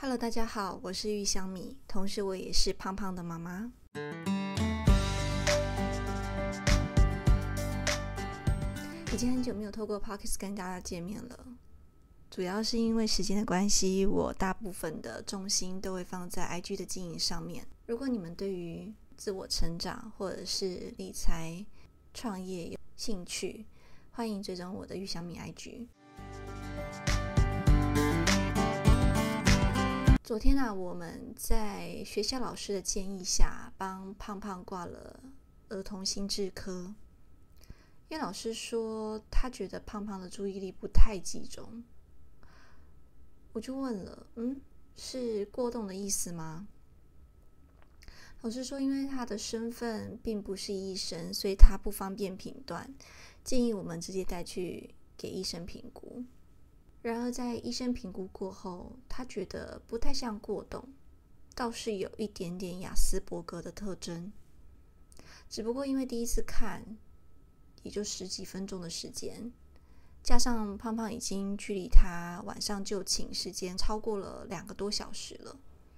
Hello， 大家好，我是玉香米，同时我也是胖胖的妈妈。已经很久没有透过 Podcast 跟大家见面了，主要是因为时间的关系，我大部分的重心都会放在 IG 的经营上面。如果你们对于自我成长或者是理财、创业有兴趣，欢迎追踪我的玉香米 IG。昨天我们在学校老师的建议下，帮胖胖挂了儿童心智科。因为老师说他觉得胖胖的注意力不太集中，我就问了，是过动的意思吗？老师说因为他的身份并不是医生，所以他不方便评断，建议我们直接带去给医生评估。然而在医生评估过后，他觉得不太像过动，倒是有一点点亚斯伯格的特征。只不过因为第一次看也就10几分钟的时间，加上胖胖已经距离他晚上就寝时间超过了2个多小时了，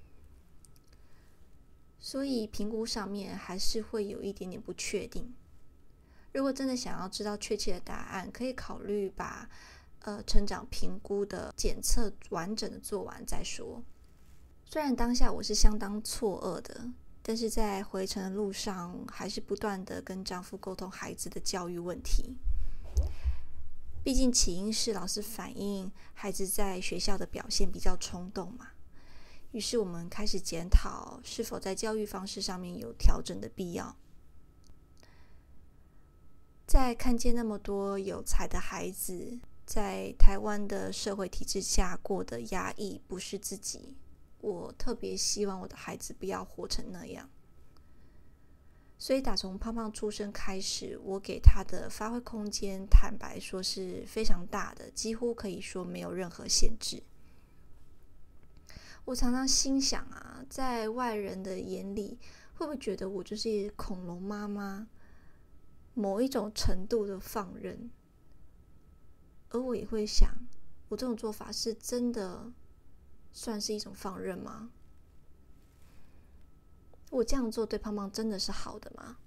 所以评估上面还是会有一点点不确定。如果真的想要知道确切的答案，可以考虑把成长评估的检测完整的做完再说。虽然当下我是相当错愕的，但是在回程的路上还是不断的跟丈夫沟通孩子的教育问题。毕竟起因是老师反映孩子在学校的表现比较冲动嘛，于是我们开始检讨是否在教育方式上面有调整的必要。在看见那么多有才的孩子在台湾的社会体制下过得压抑不是自己，我特别希望我的孩子不要活成那样。所以打从胖胖出生开始，我给他的发挥空间坦白说是非常大的，几乎可以说没有任何限制。我常常心想在外人的眼里会不会觉得我就是恐龙妈妈，某一种程度的放任。而我也会想，我这种做法是真的算是一种放任吗？我这样做对胖胖真的是好的吗？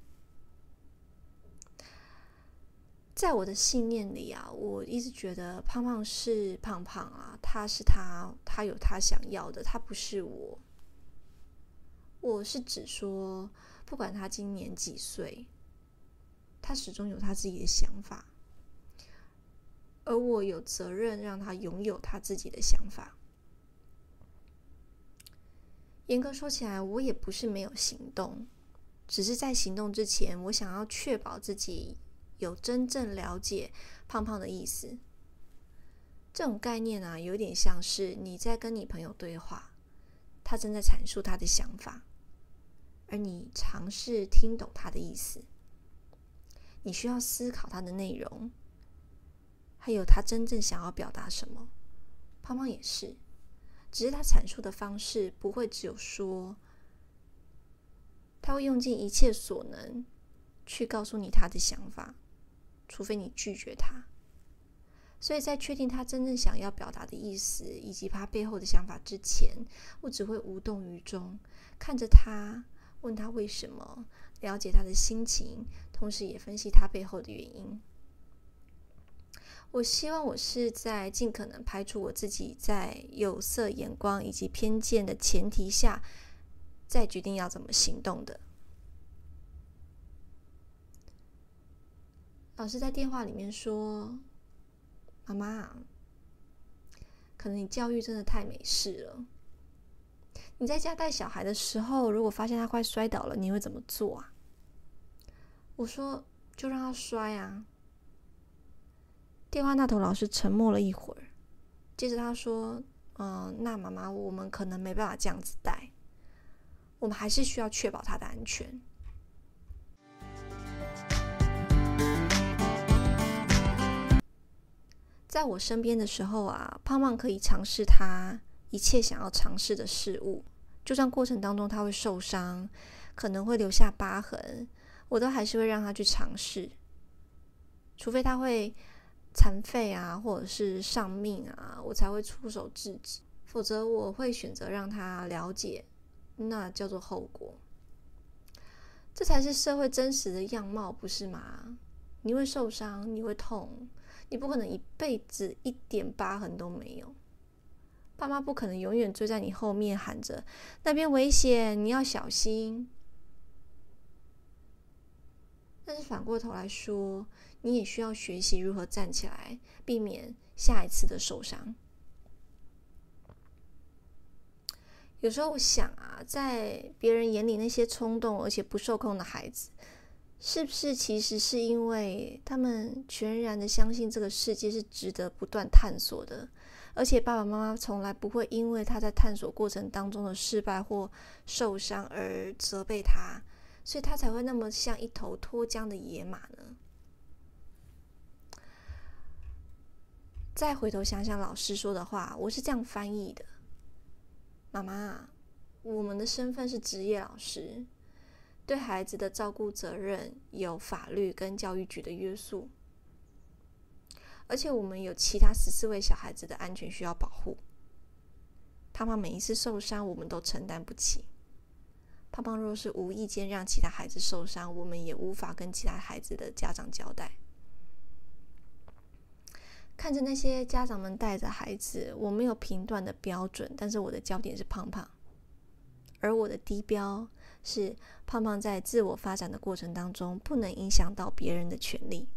在我的信念里我一直觉得胖胖是胖胖他是他有他想要的，他不是我。我是指说，不管他今年几岁，他始终有他自己的想法，而我有责任让他拥有他自己的想法。严格说起来，我也不是没有行动，只是在行动之前，我想要确保自己有真正了解胖胖的意思。这种概念有点像是你在跟你朋友对话，他正在阐述他的想法，而你尝试听懂他的意思。你需要思考他的内容，还有他真正想要表达什么。胖胖也是，只是他阐述的方式不会只有说，他会用尽一切所能去告诉你他的想法，除非你拒绝他。所以在确定他真正想要表达的意思以及他背后的想法之前，我只会无动于衷，看着他，问他为什么，了解他的心情，同时也分析他背后的原因。我希望我是在尽可能排除我自己在有色眼光以及偏见的前提下，再决定要怎么行动的。老师在电话里面说，妈妈，可能你教育真的太美式了。你在家带小孩的时候，如果发现他快摔倒了，你会怎么做我说，就让他摔电话那头老师沉默了一会儿，接着他说，那妈妈，我们可能没办法这样子带，我们还是需要确保他的安全。在我身边的时候胖胖可以尝试他一切想要尝试的事物，就算过程当中他会受伤，可能会留下疤痕，我都还是会让他去尝试，除非他会残废或者是丧命我才会出手制止， 否则我会选择让他了解，那叫做后果。这才是社会真实的样貌，不是吗？你会受伤，你会痛，你不可能一辈子一点疤痕都没有。爸妈不可能永远追在你后面喊着那边危险，你要小心。但是反过头来说，你也需要学习如何站起来，避免下一次的受伤。有时候我想啊，在别人眼里那些冲动而且不受控的孩子，是不是其实是因为他们全然的相信这个世界是值得不断探索的，而且爸爸妈妈从来不会因为他在探索过程当中的失败或受伤而责备他，所以他才会那么像一头脱缰的野马呢？再回头想想老师说的话，我是这样翻译的：妈妈，我们的身份是职业老师，对孩子的照顾责任有法律跟教育局的约束，而且我们有其他14位小孩子的安全需要保护。胖胖每一次受伤，我们都承担不起。胖胖若是无意间让其他孩子受伤，我们也无法跟其他孩子的家长交代。看着那些家长们带着孩子，我没有评断的标准，但是我的焦点是胖胖，而我的低标是胖胖在自我发展的过程当中不能影响到别人的权利。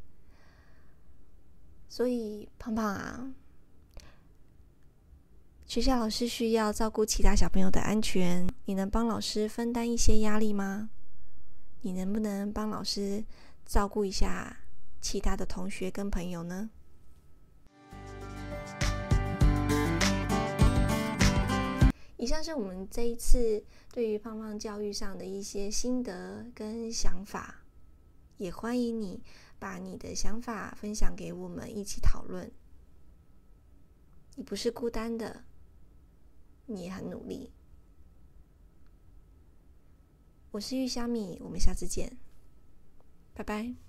所以胖胖啊，学校老师需要照顾其他小朋友的安全，你能帮老师分担一些压力吗？你能不能帮老师照顾一下其他的同学跟朋友呢？以上是我们这一次对于胖胖教育上的一些心得跟想法，也欢迎你把你的想法分享给我们一起讨论。你不是孤单的，你也很努力。我是玉虾米，我们下次见，拜拜。